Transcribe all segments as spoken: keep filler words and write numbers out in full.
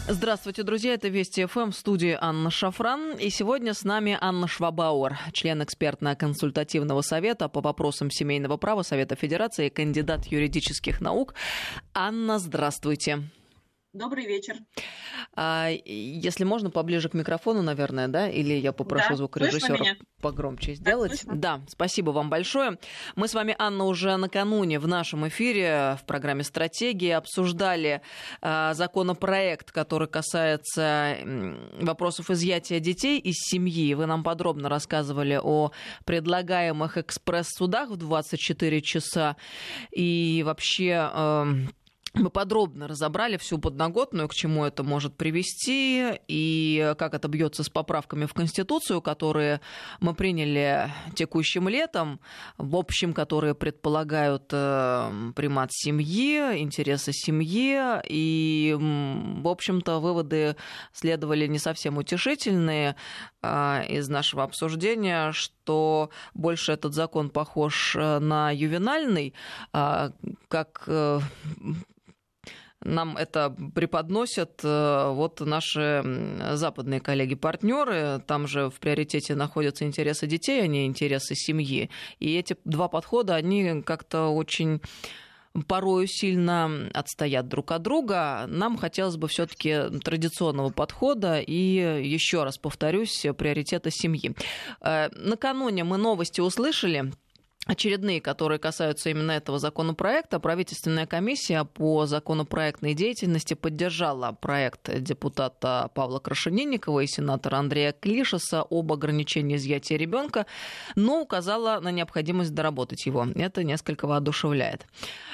Здравствуйте, друзья. Это Вести ФМ, в студии Анна Шафран. И сегодня с нами Анна Швабауэр, член экспертно-консультативного совета по вопросам семейного права Совета Федерации, кандидат юридических наук. Анна, здравствуйте. Добрый вечер. А, если можно, поближе к микрофону, наверное, да? Или я попрошу да, звукорежиссера погромче сделать. Да, спасибо вам большое. Мы с вами, Анна, уже накануне в нашем эфире в программе «Стратегии» обсуждали а, законопроект, который касается вопросов изъятия детей из семьи. Вы нам подробно рассказывали о предлагаемых экспресс-судах в двадцать четыре часа. И вообще... А, Мы подробно разобрали всю подноготную, к чему это может привести и как это бьется с поправками в Конституцию, которые мы приняли текущим летом, в общем, которые предполагают примат семьи, интересы семьи. И, в общем-то, выводы следовали не совсем утешительные из нашего обсуждения, что больше этот закон похож на ювенальный, как... Нам это преподносят вот наши западные коллеги-партнеры. Там же в приоритете находятся интересы детей, а не интересы семьи. И эти два подхода, они как-то очень порою сильно отстоят друг от друга. Нам хотелось бы все-таки традиционного подхода и, еще раз повторюсь, приоритета семьи. Накануне мы новости услышали, очередные, которые касаются именно этого законопроекта. Правительственная комиссия по законопроектной деятельности поддержала проект депутата Павла Крашенинникова и сенатора Андрея Клишеса об ограничении изъятия ребенка, но указала на необходимость доработать его. Это несколько воодушевляет.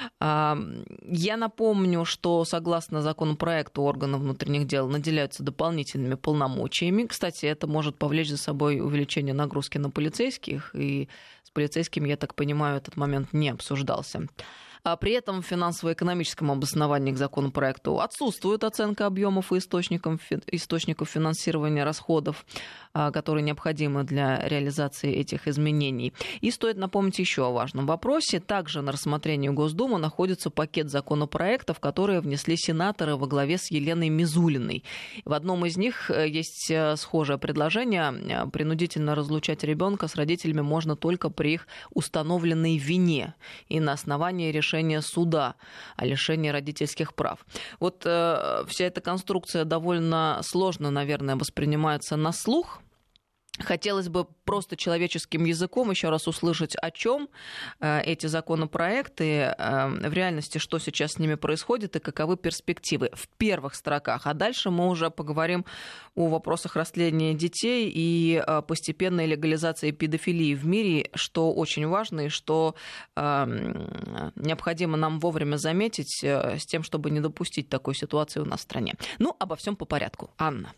Я напомню, что согласно законопроекту органы внутренних дел наделяются дополнительными полномочиями. Кстати, это может повлечь за собой увеличение нагрузки на полицейских, и с полицейскими, я так понимаю, этот момент не обсуждался. А при этом в финансово-экономическом обосновании к законопроекту отсутствует оценка объемов и источников, источников финансирования расходов, которые необходимы для реализации этих изменений. И стоит напомнить еще о важном вопросе. Также на рассмотрении Госдумы находится пакет законопроектов, которые внесли сенаторы во главе с Еленой Мизулиной. В одном из них есть схожее предложение. Принудительно разлучать ребенка с родителями можно только при их установленной вине и на основании решения суда о лишении родительских прав. Вот э, вся эта конструкция довольно сложно, наверное, воспринимается на слух. Хотелось бы просто человеческим языком еще раз услышать, о чем э, эти законопроекты, э, в реальности, что сейчас с ними происходит и каковы перспективы в первых строках. А дальше мы уже поговорим о вопросах растления детей и э, постепенной легализации педофилии в мире, что очень важно и что э, необходимо нам вовремя заметить э, с тем, чтобы не допустить такой ситуации у нас в стране. Ну, обо всем по порядку. Анна.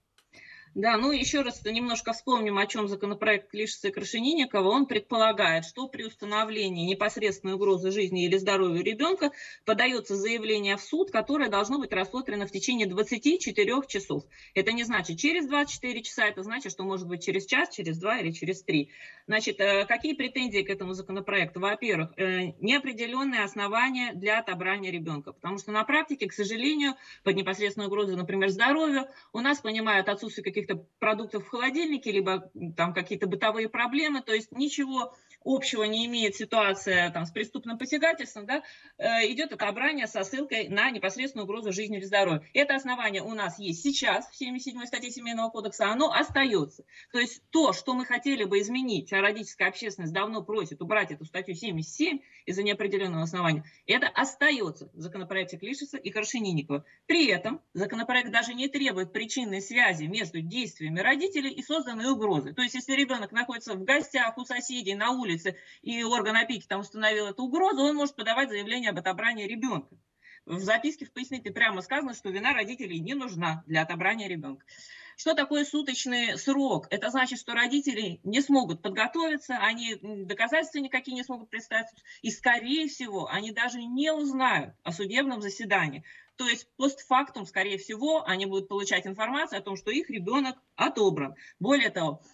Да, ну еще раз немножко вспомним, о чем законопроект Клишеса и Крашенинникова. Он предполагает, что при установлении непосредственной угрозы жизни или здоровью ребенка подается заявление в суд, которое должно быть рассмотрено в течение двадцати четырёх часов. Это не значит через двадцать четыре часа, это значит, что может быть через час, через два или через три. Значит, какие претензии к этому законопроекту? Во-первых, неопределенные основания для отобрания ребенка, потому что на практике, к сожалению, под непосредственной угрозой, например, здоровью, у нас понимают отсутствие каких-то продуктов в холодильнике, либо там какие-то бытовые проблемы, то есть ничего общего не имеет ситуация там, с преступным посягательством, да, э, идет отобрание со ссылкой на непосредственную угрозу жизни или здоровью. Это основание у нас есть сейчас в семьдесят седьмой статье Семейного кодекса, оно остается. То есть то, что мы хотели бы изменить, а родительская общественность давно просит убрать эту статью семьдесят семь из-за неопределенного основания, это остается в законопроекте Клишеса и Крашенинникова. При этом законопроект даже не требует причинной связи между действиями родителей и созданной угрозой. То есть если ребенок находится в гостях у соседей на улице, и орган опеки там установил эту угрозу, он может подавать заявление об отобрании ребенка. В записке в пояснительной прямо сказано, что вина родителей не нужна для отобрания ребенка. Что такое суточный срок? Это значит, что родители не смогут подготовиться, они доказательства никакие не смогут представить, и, скорее всего, они даже не узнают о судебном заседании. То есть постфактум, скорее всего, они будут получать информацию о том, что их ребенок отобран. Более того,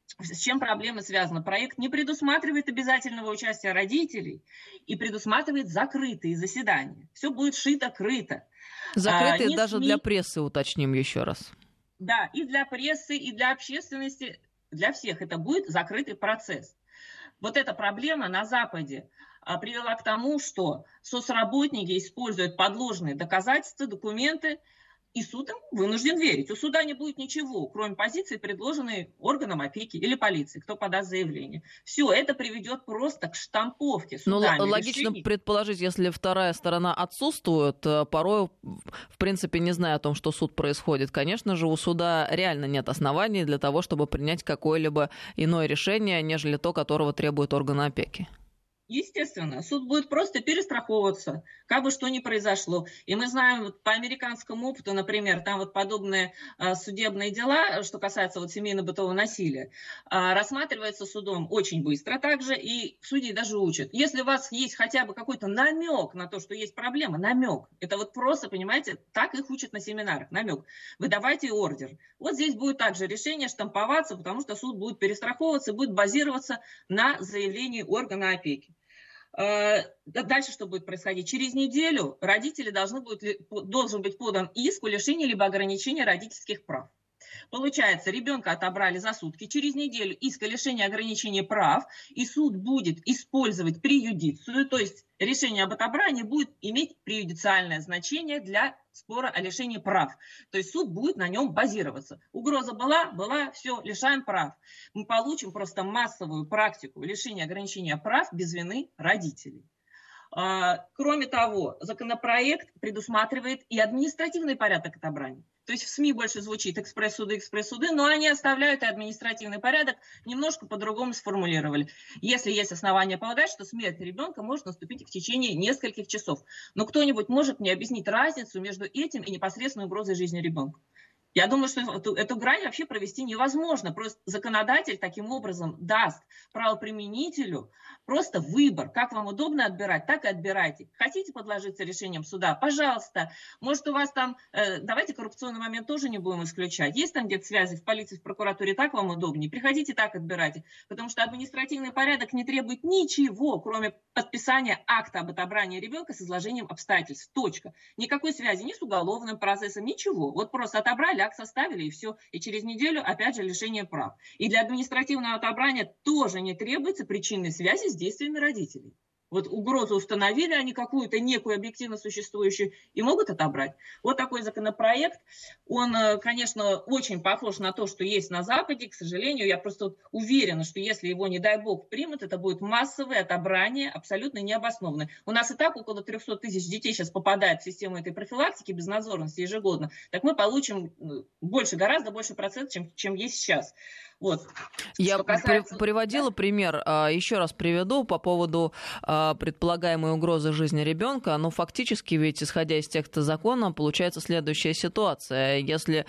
С чем проблема связана? Проект не предусматривает обязательного участия родителей и предусматривает закрытые заседания. Все будет шито-крыто. Закрытые а, даже СМИ, для прессы, уточним еще раз. Да, и для прессы, и для общественности, для всех это будет закрытый процесс. Вот эта проблема на Западе привела к тому, что соцработники используют подложные доказательства, документы, и суд им вынужден верить. У суда не будет ничего, кроме позиции, предложенной органом опеки или полиции, кто подаст заявление. Все, это приведет просто к штамповке судами. Ну, логично решений. Предположить, если вторая сторона отсутствует, порой, в принципе, не зная о том, что суд происходит, конечно же, у суда реально нет оснований для того, чтобы принять какое-либо иное решение, нежели то, которого требует орган опеки. Естественно, суд будет просто перестраховываться, как бы что ни произошло. И мы знаем вот по американскому опыту, например, там вот подобные а, судебные дела, что касается вот семейно-бытового насилия, а, рассматриваются судом очень быстро также, и судьи даже учат. Если у вас есть хотя бы какой-то намек на то, что есть проблема, намек, это вот просто, понимаете, так их учат на семинарах, намек. Вы давайте ордер. Вот здесь будет также решение штамповаться, потому что суд будет перестраховываться, будет базироваться на заявлении органа опеки. Дальше что будет происходить? Через неделю родители должны будут, должен быть подан иск о лишении либо ограничении родительских прав. Получается, ребенка отобрали за сутки, через неделю иск о лишении ограничения прав, и суд будет использовать преюдицию, то есть решение об отобрании будет иметь преюдициальное значение для спора о лишении прав. То есть суд будет на нем базироваться. Угроза была, была, все, лишаем прав. Мы получим просто массовую практику лишения ограничения прав без вины родителей. Кроме того, законопроект предусматривает и административный порядок отобрания. То есть в СМИ больше звучит экспресс-суды, экспресс-суды, но они оставляют и административный порядок, немножко по-другому сформулировали. Если есть основания полагать, что смерть ребенка может наступить в течение нескольких часов. Но кто-нибудь может мне объяснить разницу между этим и непосредственной угрозой жизни ребенка? Я думаю, что эту, эту грань вообще провести невозможно. Просто законодатель таким образом даст правоприменителю просто выбор. Как вам удобно отбирать, так и отбирайте. Хотите подложиться решением суда? Пожалуйста. Может, у вас там... Э, давайте коррупционный момент тоже не будем исключать. Есть там где-то связи в полиции, в прокуратуре, так вам удобнее? Приходите, так отбирайте. Потому что административный порядок не требует ничего, кроме подписания акта об отобрании ребенка с изложением обстоятельств. Точка. Никакой связи ни с уголовным процессом, ничего. Вот просто отобрали, акт составили, и все. И через неделю, опять же, лишение прав. И для административного отобрания тоже не требуется причинной связи с действиями родителей. Вот угрозу установили они какую-то некую объективно существующую и могут отобрать. Вот такой законопроект. Он, конечно, очень похож на то, что есть на Западе. К сожалению, я просто уверена, что если его, не дай бог, примут, это будет массовое отобрание, абсолютно необоснованное. У нас и так около триста тысяч детей сейчас попадает в систему этой профилактики безнадзорности ежегодно. Так мы получим больше, гораздо больше процентов, чем, чем есть сейчас. Вот. Я касается... приводила пример, еще раз приведу по поводу предполагаемой угрозы жизни ребенка. Ну, фактически, ведь, исходя из текста закона, получается следующая ситуация. Если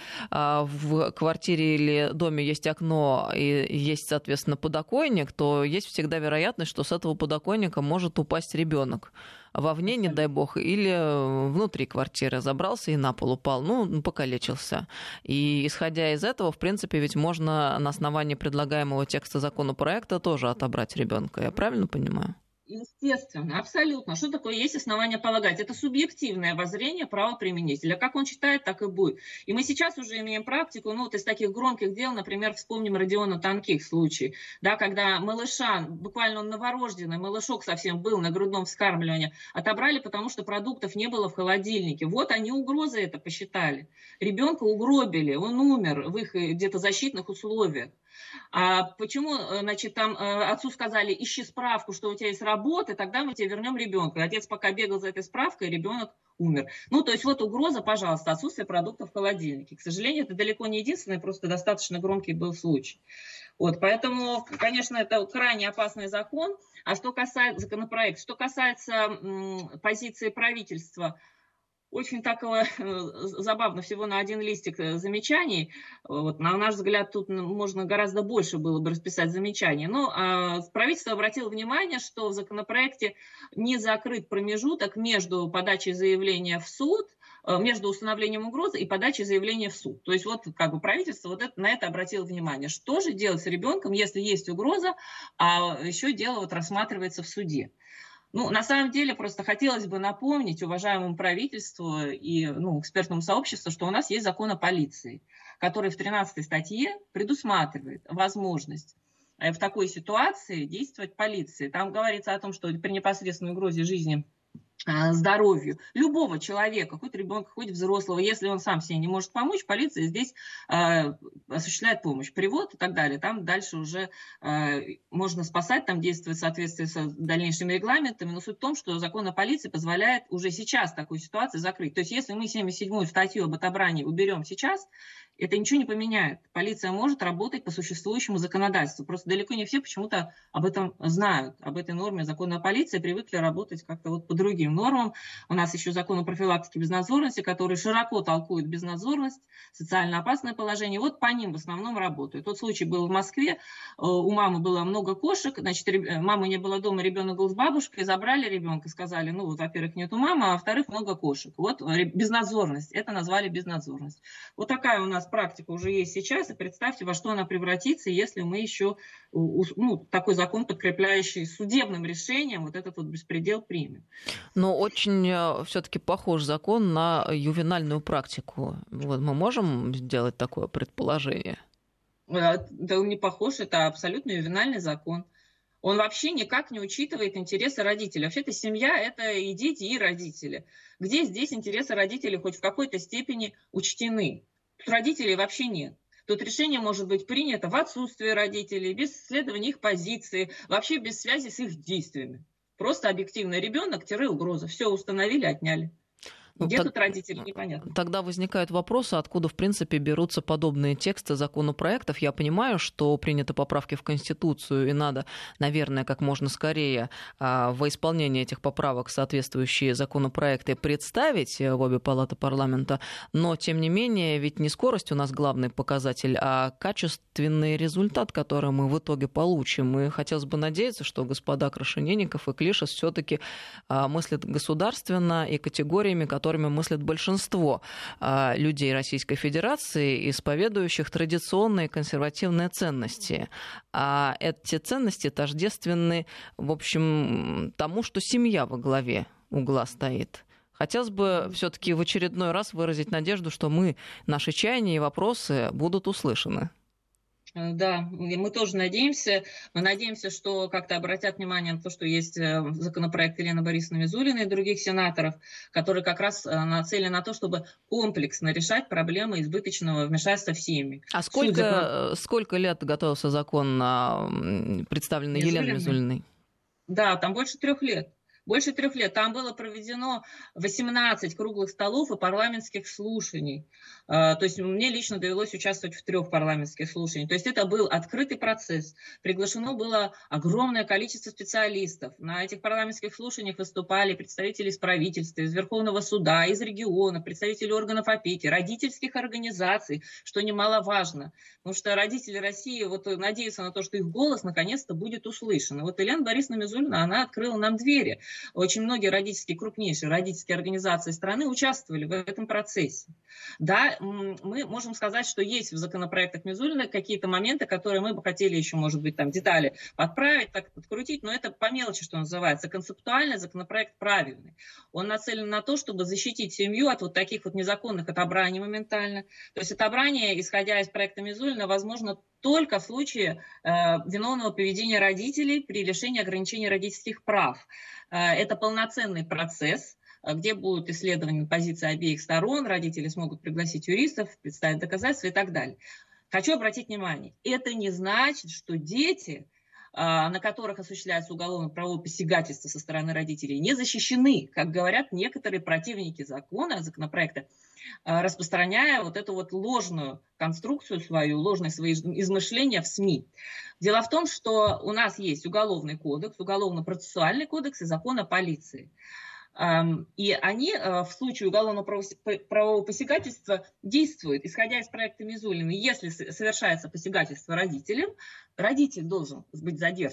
в квартире или доме есть окно и есть, соответственно, подоконник, то есть всегда вероятность, что с этого подоконника может упасть ребенок. Вовне, не дай бог, или внутри квартиры забрался и на пол упал, ну, покалечился. И исходя из этого, в принципе, ведь можно на основании предлагаемого текста законопроекта тоже отобрать ребенка. Я правильно понимаю? Естественно, абсолютно. Что такое есть основания полагать? Это субъективное воззрение правоприменителя. Как он читает, так и будет. И мы сейчас уже имеем практику, ну вот из таких громких дел, например, вспомним Родиона Тонких случай, да, когда малыша, буквально он новорожденный, малышок совсем был на грудном вскармливании, отобрали, потому что продуктов не было в холодильнике. Вот они угрозы это посчитали. Ребенка угробили, он умер в их где-то защитных условиях. А почему, значит, там отцу сказали, ищи справку, что у тебя есть работа, тогда мы тебе вернем ребенка. Отец пока бегал за этой справкой, ребенок умер. Ну, то есть вот угроза, пожалуйста, отсутствие продуктов в холодильнике. К сожалению, это далеко не единственный, просто достаточно громкий был случай. Вот, поэтому, конечно, это крайне опасный закон. А что касается законопроекта, что касается м, позиции правительства, очень такого забавно, всего на один листик замечаний. Вот, на наш взгляд, тут можно гораздо больше было бы расписать замечаний. Но а, правительство обратило внимание, что в законопроекте не закрыт промежуток между подачей заявления в суд между установлением угрозы и подачей заявления в суд. То есть вот как бы правительство вот это, на это обратило внимание. Что же делать с ребенком, если есть угроза, а еще дело вот рассматривается в суде? Ну, на самом деле, просто хотелось бы напомнить уважаемому правительству и ну, экспертному сообществу, что у нас есть закон о полиции, который в тринадцатой статье предусматривает возможность в такой ситуации действовать полиции. Там говорится о том, что при непосредственной угрозе жизни, здоровью любого человека, хоть ребенка, хоть взрослого, если он сам себе не может помочь, полиция здесь э, осуществляет помощь, привод и так далее. Там дальше уже э, можно спасать, там действовать в соответствии с дальнейшими регламентами. Но суть в том, что закон о полиции позволяет уже сейчас такую ситуацию закрыть. То есть если мы семьдесят седьмую статью об отобрании уберем сейчас, это ничего не поменяет. Полиция может работать по существующему законодательству. Просто далеко не все почему-то об этом знают, об этой норме закона о полиции, привыкли работать как-то вот по другим нормам. У нас еще закон о профилактике безнадзорности, который широко толкует безнадзорность, социально опасное положение. Вот по ним в основном работают. Тот случай был в Москве, у мамы было много кошек, значит, мамы не было дома, ребенок был с бабушкой, забрали ребенка, сказали, ну вот, во-первых, нету мамы, а во-вторых, много кошек. Вот безнадзорность, это назвали безнадзорность. Вот такая у нас практика уже есть сейчас, и представьте, во что она превратится, если мы еще ну, такой закон, подкрепляющий судебным решением, вот этот вот беспредел примем. Но очень все-таки похож закон на ювенальную практику. Вот мы можем сделать такое предположение? Да он не похож, это абсолютно ювенальный закон. Он вообще никак не учитывает интересы родителей. Вообще-то семья – это и дети, и родители. Где здесь интересы родителей хоть в какой-то степени учтены? Тут родителей вообще нет. Тут решение может быть принято в отсутствие родителей, без исследования их позиции, вообще без связи с их действиями. Просто объективно ребенок-угроза. Все установили, отняли. Где ну, тут так, родители, непонятно. Тогда возникают вопросы, откуда, в принципе, берутся подобные тексты законопроектов. Я понимаю, что приняты поправки в Конституцию, и надо, наверное, как можно скорее во исполнение этих поправок соответствующие законопроекты представить в обе палаты парламента, но, тем не менее, ведь не скорость у нас главный показатель, а качественный результат, который мы в итоге получим. И хотелось бы надеяться, что господа Крашенинников и Клишес все-таки мыслят государственно и категориями, которые которыми мыслят большинство а, людей Российской Федерации, исповедующих традиционные консервативные ценности. А эти ценности тождественны, в общем, тому, что семья во главе угла стоит. Хотелось бы все-таки в очередной раз выразить надежду, что мы, наши чаяния и вопросы будут услышаны. Да, мы тоже надеемся. Мы надеемся, что как-то обратят внимание на то, что есть законопроект Елены Борисовны Мизулиной и других сенаторов, который как раз нацелен на то, чтобы комплексно решать проблемы избыточного вмешательства в семьи. А сколько, Судя... сколько лет готовился закон, представленный Мизулиной? Еленой Мизулиной? Да, там больше трех лет. Больше трех лет. Там было проведено восемнадцать круглых столов и парламентских слушаний. То есть мне лично довелось участвовать в трех парламентских слушаниях. То есть это был открытый процесс. Приглашено было огромное количество специалистов. На этих парламентских слушаниях выступали представители из правительства, из Верховного суда, из регионов, представители органов опеки, родительских организаций, что немаловажно. Потому что родители России вот надеются на то, что их голос наконец-то будет услышан. И вот Елена Борисовна Мизулина, она открыла нам двери. Очень многие родительские, крупнейшие родительские организации страны участвовали в этом процессе. Да, мы можем сказать, что есть в законопроектах Мизулиной какие-то моменты, которые мы бы хотели еще, может быть, там детали подправить, так подкрутить, но это по мелочи, что называется. Концептуально законопроект правильный. Он нацелен на то, чтобы защитить семью от вот таких вот незаконных отобраний моментально. То есть отобрание, исходя из проекта Мизулина, возможно только в случае э, виновного поведения родителей при лишении ограничения родительских прав. Э, это полноценный процесс, где будут исследованы позиции обеих сторон, родители смогут пригласить юристов, представить доказательства и так далее. Хочу обратить внимание, это не значит, что дети, на которых осуществляется уголовно-правовое посягательство со стороны родителей, не защищены, как говорят некоторые противники закона, законопроекта, распространяя вот эту вот ложную конструкцию свою, ложные свои измышления в СМИ. Дело в том, что у нас есть уголовный кодекс, уголовно-процессуальный кодекс и закон о полиции. И они в случае уголовного правового посягательства действуют, исходя из проекта Мизулиной. Если совершается посягательство родителям, родитель должен быть задержан.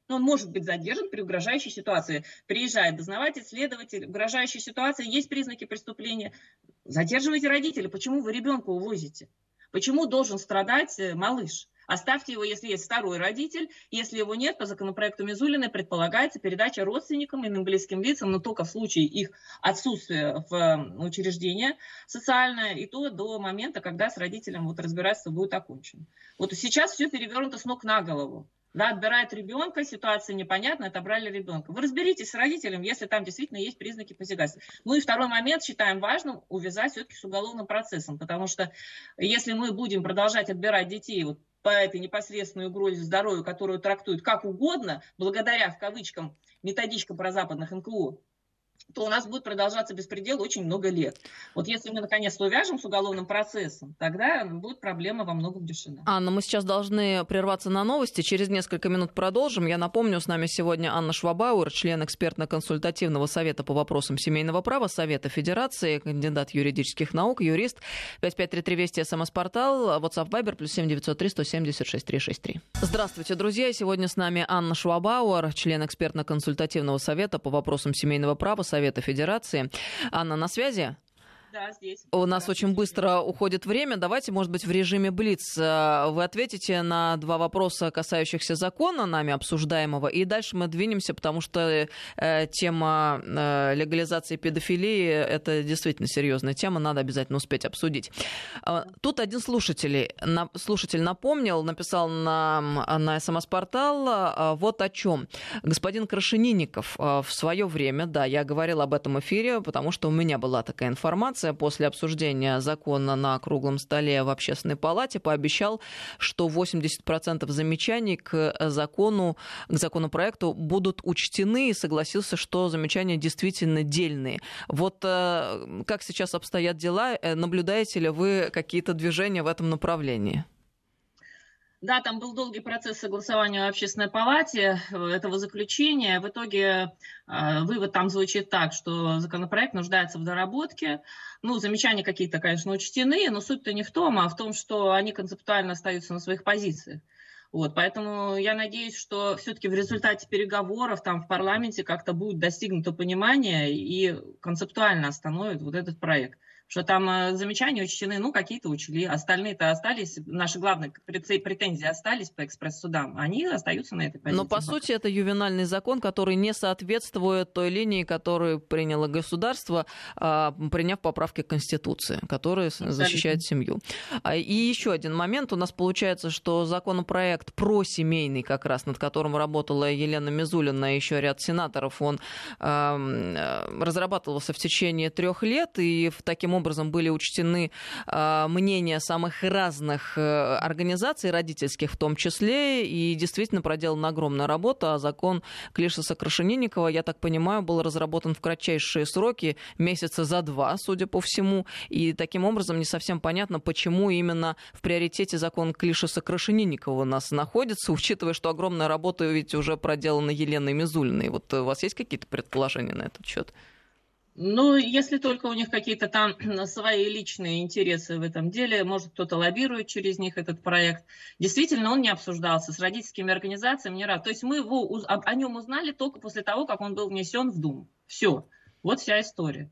Но он может быть задержан при угрожающей ситуации. Приезжает дознаватель, следователь, угрожающая ситуация, есть признаки преступления. Задерживайте родителей. Почему вы ребенка увозите? Почему должен страдать малыш? Оставьте его, если есть второй родитель. Если его нет, по законопроекту Мизулиной предполагается передача родственникам, иным близким лицам, но только в случае их отсутствия в учреждении социальное, и то до момента, когда с родителем вот разбирательство будет окончено. Вот сейчас все перевернуто с ног на голову. Да, отбирают ребенка, ситуация непонятна, отобрали ребенка. Вы разберитесь с родителем, если там действительно есть признаки посягательства. Ну и второй момент, считаем важным, увязать все-таки с уголовным процессом, потому что если мы будем продолжать отбирать детей вот по этой непосредственной угрозе здоровью, которую трактуют как угодно, благодаря, в кавычках, методичкам прозападных эн ка о, то у нас будет продолжаться беспредел очень много лет. Вот если мы наконец-то увяжем с уголовным процессом, тогда будет проблема во многом решена. Анна, мы сейчас должны прерваться на новости. Через несколько минут продолжим. Я напомню, с нами сегодня Анна Швабауэр, член экспертно-консультативного совета по вопросам семейного права Совета Федерации, кандидат юридических наук, юрист. пять пять три три Вести, СМС-портал, WhatsApp, Viber, плюс семь девятьсот три сто семьдесят шесть триста шестьдесят три. Здравствуйте, друзья. Сегодня с нами Анна Швабауэр, член экспертно-консультативного совета по вопросам семейного права Совета Федерации. Анна, на связи? Да, здесь. У нас очень быстро уходит время. Давайте, может быть, в режиме Блиц вы ответите на два вопроса, касающихся закона, нами обсуждаемого, и дальше мы двинемся, потому что э, тема э, легализации педофилии — это действительно серьезная тема, надо обязательно успеть обсудить. Э, тут один слушатель, на, слушатель напомнил, написал нам на, на СМС-портал э, вот о чем. Господин Крашенинников э, в свое время, да, я говорила об этом эфире, потому что у меня была такая информация, после обсуждения закона на круглом столе в Общественной палате пообещал, что восемьдесят процентов замечаний к закону, к законопроекту будут учтены, и согласился, что замечания действительно дельные. Вот как сейчас обстоят дела? Наблюдаете ли вы какие-то движения в этом направлении? Да, там был долгий процесс согласования в Общественной палате этого заключения. В итоге э, вывод там звучит так, что законопроект нуждается в доработке. Ну, замечания какие-то, конечно, учтены, но суть-то не в том, а в том, что они концептуально остаются на своих позициях. Вот, поэтому я надеюсь, что все-таки в результате переговоров там в парламенте как-то будет достигнуто понимание и концептуально остановят вот этот проект. Что там замечания учтены, ну, какие-то учли, остальные-то остались, наши главные претензии остались по экспресс-судам, они остаются на этой позиции. Но, по сути, это ювенальный закон, который не соответствует той линии, которую приняло государство, приняв поправки к Конституции, которые Абсолютно. защищают семью. И еще один момент. У нас получается, что законопроект просемейный, как раз над которым работала Елена Мизулина и еще ряд сенаторов, он разрабатывался в течение трех лет, и в таким образом образом были учтены э, мнения самых разных э, организаций, родительских в том числе, и действительно проделана огромная работа. А закон Клишеса-Крашенинникова, я так понимаю, был разработан в кратчайшие сроки, месяца за два, судя по всему, и таким образом не совсем понятно, почему именно в приоритете закон Клишеса-Крашенинникова у нас находится, учитывая, что огромная работа ведь уже проделана Еленой Мизулиной. Вот у вас есть какие-то предположения на этот счет? Ну, если только у них какие-то там свои личные интересы в этом деле, может, кто-то лоббирует через них этот проект. Действительно, он не обсуждался с родительскими организациями ни разу. То есть мы его, о нем узнали только после того, как он был внесен в Думу. Все. Вот вся история.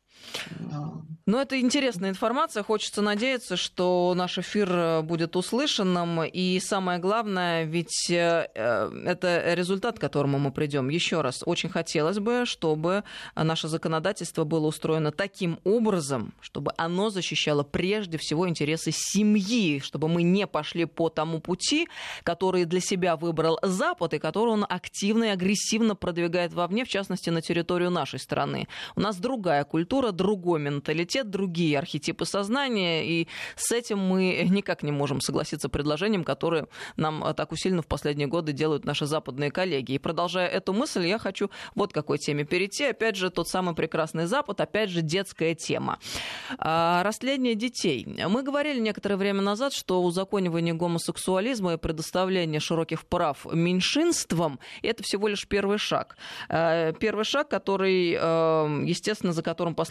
Ну, это интересная информация. Хочется надеяться, что наш эфир будет услышанным. И самое главное, ведь это результат, к которому мы придем. Еще раз, очень хотелось бы, чтобы наше законодательство было устроено таким образом, чтобы оно защищало прежде всего интересы семьи, чтобы мы не пошли по тому пути, который для себя выбрал Запад и который он активно и агрессивно продвигает вовне, в частности, на территорию нашей страны. У нас другая культура, другой менталитет, другие архетипы сознания, и с этим мы никак не можем согласиться с предложением, которое нам так усиленно в последние годы делают наши западные коллеги. И продолжая эту мысль, я хочу вот к какой теме перейти. Опять же, тот самый прекрасный Запад, опять же, детская тема. А, растление детей. Мы говорили некоторое время назад, что узаконивание гомосексуализма и предоставление широких прав меньшинствам — это всего лишь первый шаг. Первый шаг, который, естественно, за которым последует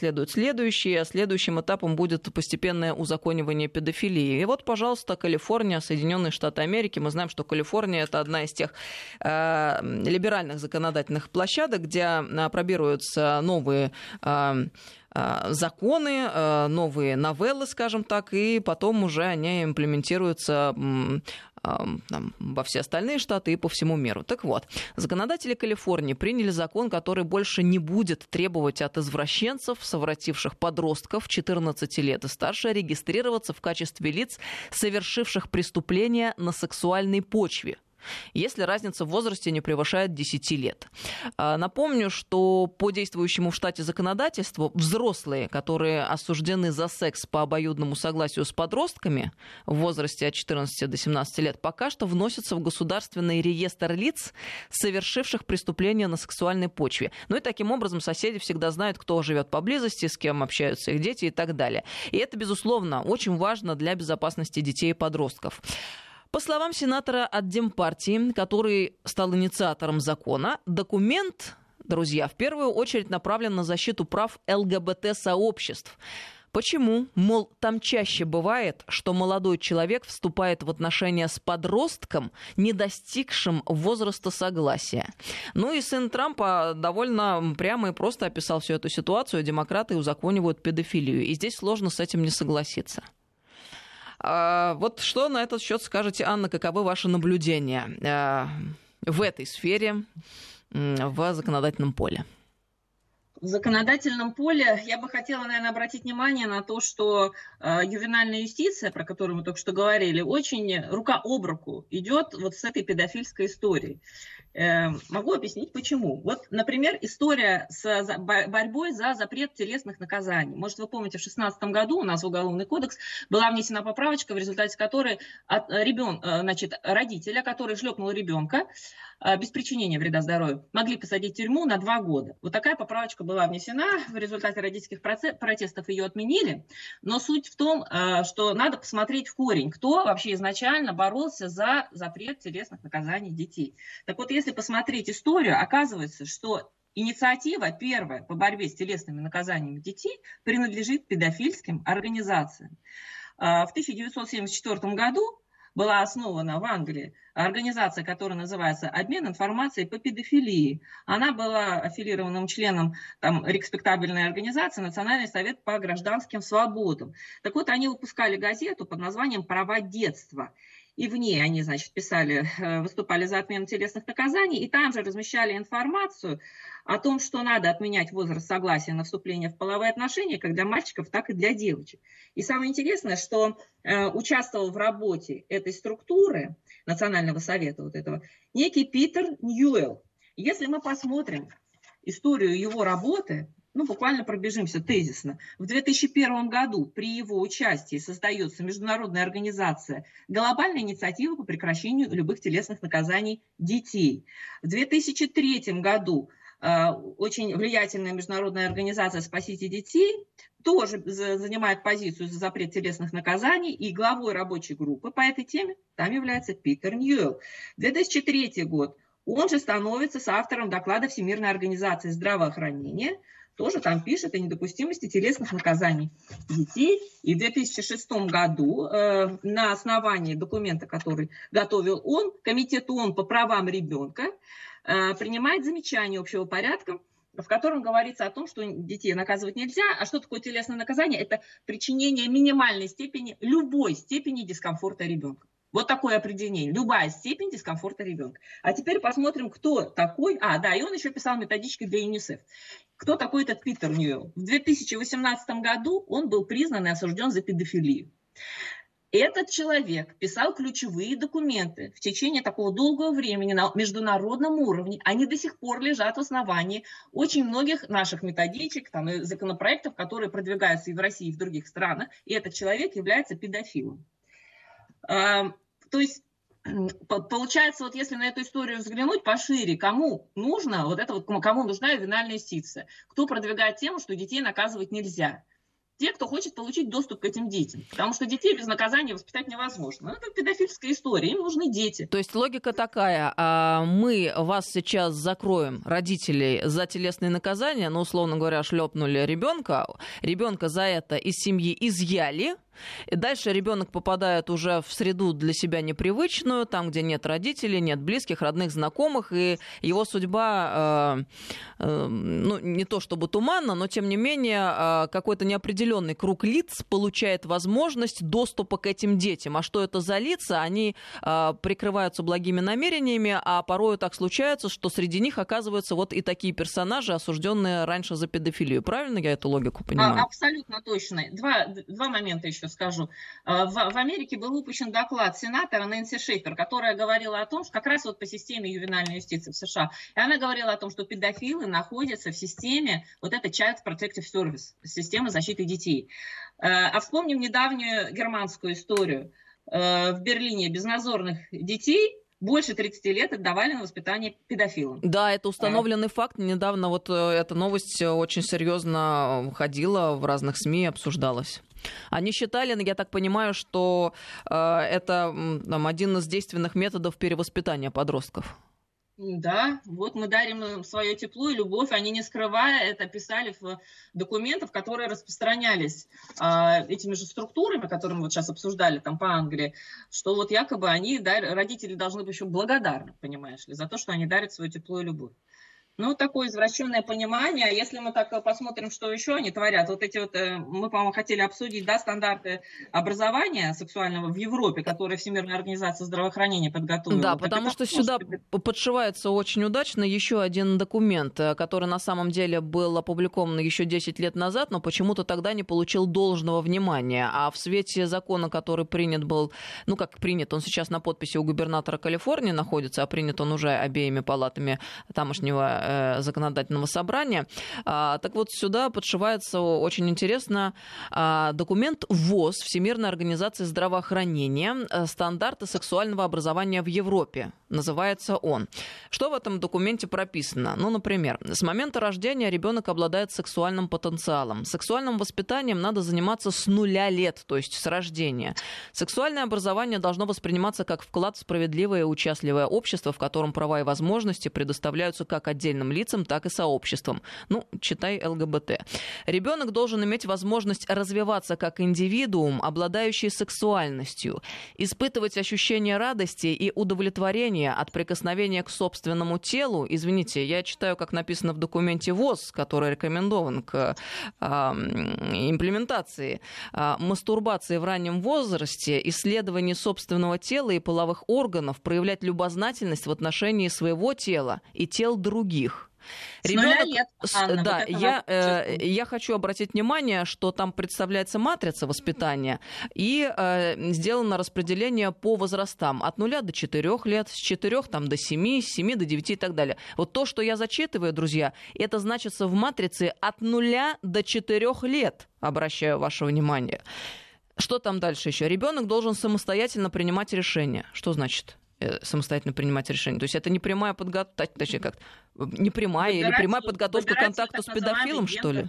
последует следующий, а следующим этапом будет постепенное узаконивание педофилии. И вот, пожалуйста, Калифорния, Соединенные Штаты Америки. Мы знаем, что Калифорния — это одна из тех э, либеральных законодательных площадок, где апробируются новые э, законы, новые новеллы, скажем так, и потом уже они имплементируются там, во все остальные штаты и по всему миру. Так вот, законодатели Калифорнии приняли закон, который больше не будет требовать от извращенцев, совративших подростков четырнадцати лет и старше, регистрироваться в качестве лиц, совершивших преступления на сексуальной почве, если разница в возрасте не превышает десяти лет. Напомню, что по действующему в штате законодательству взрослые, которые осуждены за секс по обоюдному согласию с подростками в возрасте от четырнадцати до семнадцати лет, пока что вносятся в государственный реестр лиц, совершивших преступления на сексуальной почве. Ну и таким образом соседи всегда знают, кто живет поблизости, с кем общаются их дети и так далее. И это, безусловно, очень важно для безопасности детей и подростков. По словам сенатора от Демпартии, который стал инициатором закона, документ, друзья, в первую очередь направлен на защиту прав ЛГБТ-сообществ. Почему? Мол, там чаще бывает, что молодой человек вступает в отношения с подростком, не достигшим возраста согласия. Ну и сын Трампа довольно прямо и просто описал всю эту ситуацию. Демократы узаконивают педофилию. И здесь сложно с этим не согласиться. Вот что на этот счет скажете, Анна, каковы ваши наблюдения в этой сфере, в законодательном поле? В законодательном поле я бы хотела, наверное, обратить внимание на то, что э, ювенальная юстиция, про которую мы только что говорили, очень рука об руку идет вот с этой педофильской историей. Э, могу объяснить, почему. Вот, например, история с за, борьбой за запрет телесных наказаний. Может, вы помните, в две тысячи шестнадцатом году у нас в Уголовный кодекс была внесена поправочка, в результате которой от, ребен, значит, родителя, который шлепнул ребенка без причинения вреда здоровью, могли посадить в тюрьму на два года. Вот такая поправочка была внесена, в результате родительских протестов ее отменили, но суть в том, что надо посмотреть в корень, кто вообще изначально боролся за запрет телесных наказаний детей. Так вот, если посмотреть историю, оказывается, что инициатива первая по борьбе с телесными наказаниями детей принадлежит педофильским организациям. В тысяча девятьсот семьдесят четвёртом году была основана в Англии организация, которая называется «Обмен информацией по педофилии». Она была аффилированным членом там, респектабельной организации «Национальный совет по гражданским свободам». Так вот, они выпускали газету под названием «Права детства». И в ней они, значит, писали, выступали за отмену телесных наказаний, и там же размещали информацию о том, что надо отменять возраст согласия на вступление в половые отношения как для мальчиков, так и для девочек. И самое интересное, что э, участвовал в работе этой структуры, Национального совета вот этого, некий Питер Ньюэлл. Если мы посмотрим историю его работы, ну, буквально пробежимся тезисно. В две тысячи первом году при его участии создается международная организация «Глобальная инициатива по прекращению любых телесных наказаний детей». В две тысячи третьем году э, очень влиятельная международная организация «Спасите детей» тоже занимает позицию за запрет телесных наказаний, и главой рабочей группы по этой теме там является Питер Ньюэлл. две тысячи третий год. Он же становится соавтором доклада Всемирной организации здравоохранения, тоже там пишет о недопустимости телесных наказаний детей. И в две тысячи шестом году э, на основании документа, который готовил он, Комитет ООН по правам ребенка, э, принимает замечание общего порядка, в котором говорится о том, что детей наказывать нельзя. А что такое телесное наказание? Это причинение минимальной степени, любой степени дискомфорта ребенка. Вот такое определение. Любая степень дискомфорта ребенка. А теперь посмотрим, кто такой. А, да, и он еще писал методички для ЮНИСЕФ. Кто такой этот Питер Ньюэлл? В две тысячи восемнадцатом году он был признан и осужден за педофилию. Этот человек писал ключевые документы в течение такого долгого времени на международном уровне. Они до сих пор лежат в основании очень многих наших методичек, там, и законопроектов, которые продвигаются и в России, и в других странах. И этот человек является педофилом. То есть, получается, вот если на эту историю взглянуть пошире, кому нужно, вот это вот, кому нужна ювенальная юстиция, кто продвигает тему, что детей наказывать нельзя. те, кто хочет получить доступ к этим детям. Потому что детей без наказания воспитать невозможно. Это педофильская история, им нужны дети. То есть логика такая, мы вас сейчас закроем, родителей, за телесные наказания, ну, условно говоря, шлепнули ребенка, ребенка за это из семьи изъяли, и дальше ребенок попадает уже в среду для себя непривычную, там, где нет родителей, нет близких, родных, знакомых, и его судьба, э, э, ну, не то чтобы туманна, но, тем не менее, э, какой-то неопределенный круг лиц получает возможность доступа к этим детям. А что это за лица? Они э, прикрываются благими намерениями, а порою так случается, что среди них оказываются вот и такие персонажи, осужденные раньше за педофилию. Правильно я эту логику понимаю? А, абсолютно точно. Два, два момента еще скажу. В, в Америке был выпущен доклад сенатора Нэнси Шефер, которая говорила о том, что как раз вот по системе ювенальной юстиции в США, и она говорила о том, что педофилы находятся в системе вот этой Child Protective Service, системы защиты детей. А вспомним недавнюю германскую историю. В Берлине безнадзорных детей больше тридцати лет отдавали на воспитание педофилам. Да, это установленный а... факт. Недавно вот эта новость очень серьезно ходила в разных СМИ, обсуждалась. Они считали, я так понимаю, что э, это там, один из действенных методов перевоспитания подростков. Да, вот мы дарим им свое тепло и любовь, они, не скрывая, это писали в документах, которые распространялись э, этими же структурами, которые мы вот сейчас обсуждали там по Англии, что вот якобы они, родители должны быть еще благодарны, понимаешь ли, за то, что они дарят свое тепло и любовь. Ну, такое извращенное понимание. Если мы так посмотрим, что еще они творят, вот эти вот, мы, по-моему, хотели обсудить, да, стандарты образования сексуального в Европе, которые Всемирная организация здравоохранения подготовила. Да, так потому что тоже сюда подшивается очень удачно еще один документ, который на самом деле был опубликован еще десять лет назад, но почему-то тогда не получил должного внимания. А в свете закона, который принят был, ну, как принят, он сейчас на подписи у губернатора Калифорнии находится, а принят он уже обеими палатами тамошнего законодательного собрания. Так вот, сюда подшивается очень интересно документ ВОЗ, Всемирной организации здравоохранения, стандарты сексуального образования в Европе. Называется он. Что в этом документе прописано? Ну, например, с момента рождения ребенок обладает сексуальным потенциалом. Сексуальным воспитанием надо заниматься с нуля лет, то есть с рождения. Сексуальное образование должно восприниматься как вклад в справедливое и участливое общество, в котором права и возможности предоставляются как отдельным лицам, так и сообществам. Ну, читай ЛГБТ. Ребенок должен иметь возможность развиваться как индивидуум, обладающий сексуальностью, испытывать ощущение радости и удовлетворения от прикосновения к собственному телу. Извините, я читаю, как написано в документе ВОЗ, который рекомендован к э, имплементации. Э, мастурбации в раннем возрасте, исследование собственного тела и половых органов, проявлять любознательность в отношении своего тела и тел других. Ребенок, лет, Анна, да, вот я, э, я хочу обратить внимание, что там представляется матрица воспитания и э, сделано распределение по возрастам от нуля до четырёх лет, с четырёх там, до семи, с семи до девяти и так далее. Вот то, что я зачитываю, друзья, это значится в матрице от нуля до четырёх лет, обращаю ваше внимание. Что там дальше еще? Ребенок должен самостоятельно принимать решения. Что значит? Самостоятельно принимать решения. То есть это не прямая подготовка, точнее как, не прямая или прямая подготовка к контакту с педофилом, что ли?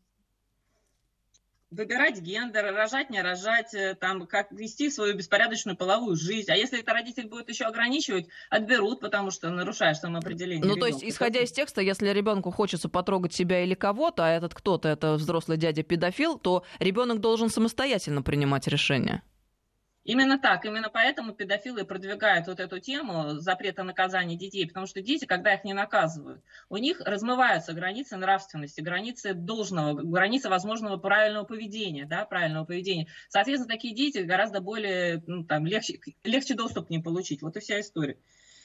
Выбирать гендер, рожать, не рожать, там, как вести свою беспорядочную половую жизнь. А если это родитель будет еще ограничивать, отберут, потому что нарушаешь самоопределение. Ну, ребенка. То есть, исходя из текста, если ребенку хочется потрогать себя или кого-то, а этот кто-то, это взрослый дядя-педофил, то ребенок должен самостоятельно принимать решения. Именно так, именно поэтому педофилы продвигают вот эту тему запрета наказания детей, потому что дети, когда их не наказывают, у них размываются границы нравственности, границы должного, границы возможного правильного поведения, да, правильного поведения. Соответственно, такие дети гораздо более, ну, там, легче, легче доступ к ним получить. Вот и вся история.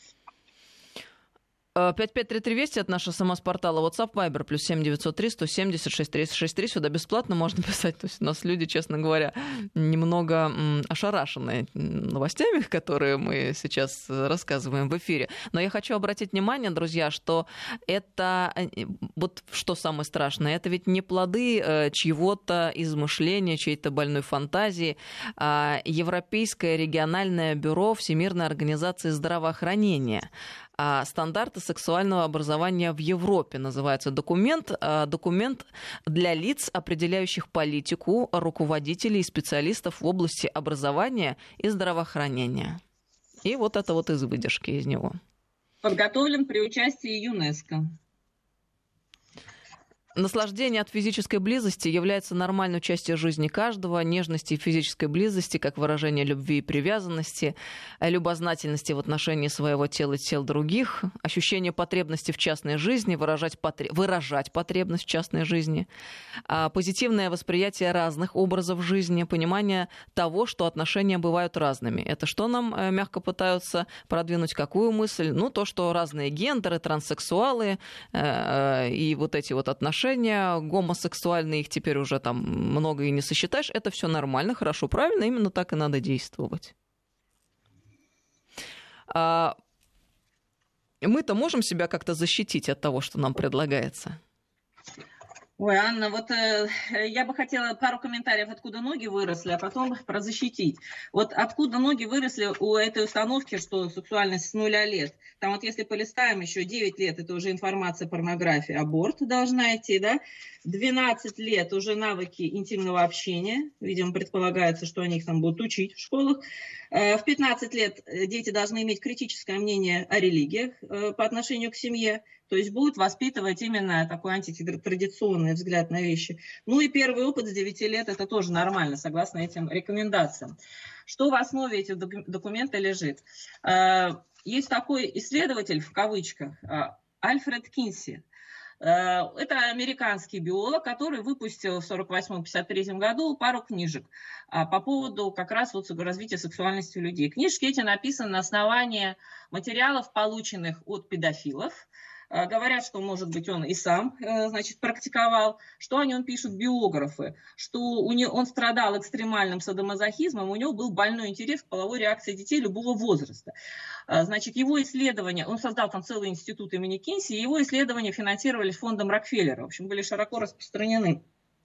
пять пять три три Вести от нашего СМС-портала WhatsApp Viber плюс семь девятьсот три сто семьдесят шесть триста шестьдесят три. Сюда бесплатно можно писать. То есть у нас люди, честно говоря, немного м, ошарашены новостями, которые мы сейчас рассказываем в эфире. Но я хочу обратить внимание, друзья, что это, вот что самое страшное, это ведь не плоды э, чьего-то измышления, чьей-то больной фантазии. А Европейское региональное бюро Всемирной организации здравоохранения «Стандарты сексуального образования в Европе» называется документ. Документ для лиц, определяющих политику, руководителей и специалистов в области образования и здравоохранения. И вот это вот из выдержки из него. Подготовлен при участии ЮНЕСКО. Наслаждение от физической близости является нормальной частью жизни каждого. Нежности и физической близости, как выражение любви и привязанности, любознательности в отношении своего тела и тел других, ощущение потребности в частной жизни, выражать, потреб... выражать потребность в частной жизни, позитивное восприятие разных образов жизни, понимание того, что отношения бывают разными. Это что нам мягко пытаются продвинуть? Какую мысль? Ну, то, что разные гендеры, транссексуалы и вот эти вот отношения, гомосексуальные, их теперь уже там много и не сосчитаешь. Это все нормально, хорошо, правильно, именно так и надо действовать. А мы-то можем себя как-то защитить от того, что нам предлагается? Ой, Анна, вот э, я бы хотела пару комментариев, откуда ноги выросли, а потом про защитить. Вот откуда ноги выросли у этой установки, что сексуальность с нуля лет. Там вот если полистаем, еще девять лет, это уже информация, порнография, аборт должна идти, да? двенадцать лет уже навыки интимного общения. Видимо, предполагается, что они их там будут учить в школах. В пятнадцать лет дети должны иметь критическое мнение о религиях по отношению к семье. То есть будут воспитывать именно такой антитрадиционный взгляд на вещи. Ну и первый опыт с девяти лет, это тоже нормально, согласно этим рекомендациям. Что в основе этих документов лежит? Есть такой исследователь, в кавычках, Альфред Кинси. Это американский биолог, который выпустил в сорок восьмом — пятьдесят третьем году пару книжек по поводу как раз вот развития сексуальности у людей. Книжки эти написаны на основании материалов, полученных от педофилов. Говорят, что, может быть, он и сам, значит, практиковал. Что о нем пишут биографы? Что у него, он страдал экстремальным садомазохизмом, у него был больной интерес к половой реакции детей любого возраста. Значит, его исследования, он создал там целый институт имени Кинси, и его исследования финансировались фондом Рокфеллера, в общем, были широко распространены.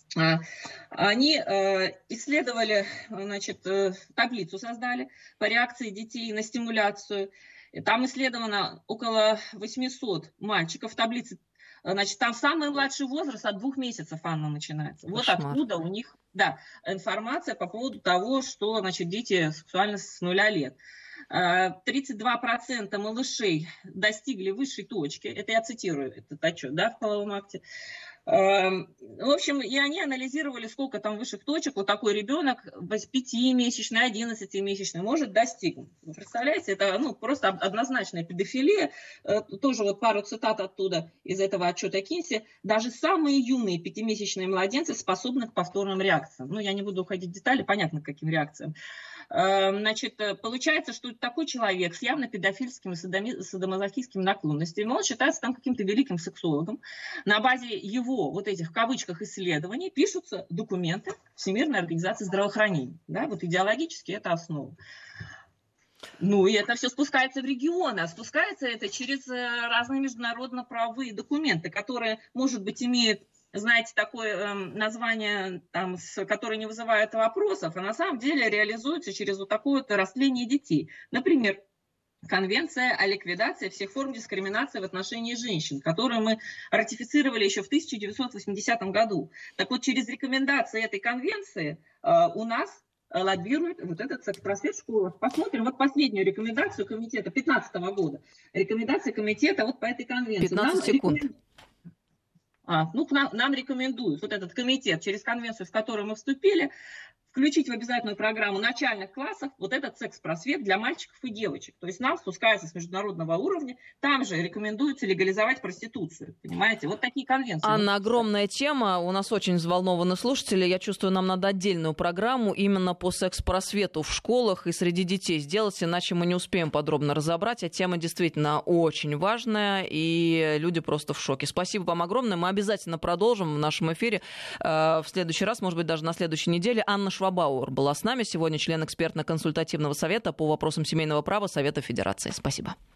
Они исследовали, значит, таблицу создали по реакции детей на стимуляцию. Там исследовано около восьмисот мальчиков в таблице. Значит, там самый младший возраст от двух месяцев, Анна, начинается. Вот Кошмар. Откуда у них, да, информация по поводу того, что, значит, дети сексуально с нуля лет. тридцать два процента малышей достигли высшей точки. Это я цитирую этот отчет, да, в половом акте. В общем, и они анализировали, сколько там высших точек вот такой ребенок пятимесячный, одиннадцатимесячный может достигнуть. Вы представляете, это ну, просто однозначная педофилия. Тоже вот пару цитат оттуда из этого отчета Кинси. Даже самые юные пятимесячные младенцы способны к повторным реакциям. Ну, я не буду уходить в детали, понятно, к каким реакциям. Значит, получается, что такой человек с явно педофильскими, садомазохистскими наклонностями, он считается там каким-то великим сексологом. На базе его вот этих в кавычках исследований пишутся документы Всемирной организации здравоохранения. Да, вот идеологически это основа. Ну и это все спускается в регионы, а спускается это через разные международно-правовые документы, которые, может быть, имеют, знаете, такое э, название, там, с, которое не вызывает вопросов, а на самом деле реализуется через вот такое вот растление детей. Например, Конвенция о ликвидации всех форм дискриминации в отношении женщин, которую мы ратифицировали еще в тысяча девятьсот восьмидесятом году. Так вот, через рекомендации этой конвенции э, у нас лоббирует вот этот секс-просвет в школах. Посмотрим вот последнюю рекомендацию комитета две тысячи пятнадцатого года. Рекомендация комитета вот по этой конвенции. пятнадцать секунд. Рекомен... А, ну, нам, нам рекомендуют вот этот комитет, через конвенцию, в которую мы вступили, включить в обязательную программу начальных классов вот этот секс-просвет для мальчиков и девочек. То есть нам спускается с международного уровня, там же рекомендуется легализовать проституцию. Понимаете? Вот такие конвенции. Анна, огромная тема. У нас очень взволнованы слушатели. Я чувствую, нам надо отдельную программу именно по секс-просвету в школах и среди детей сделать, иначе мы не успеем подробно разобрать. А тема действительно очень важная, и люди просто в шоке. Спасибо вам огромное. Мы обязательно продолжим в нашем эфире в следующий раз, может быть, даже на следующей неделе. Анна Швабауэр была с нами сегодня, член экспертно-консультативного совета по вопросам семейного права Совета Федерации. Спасибо.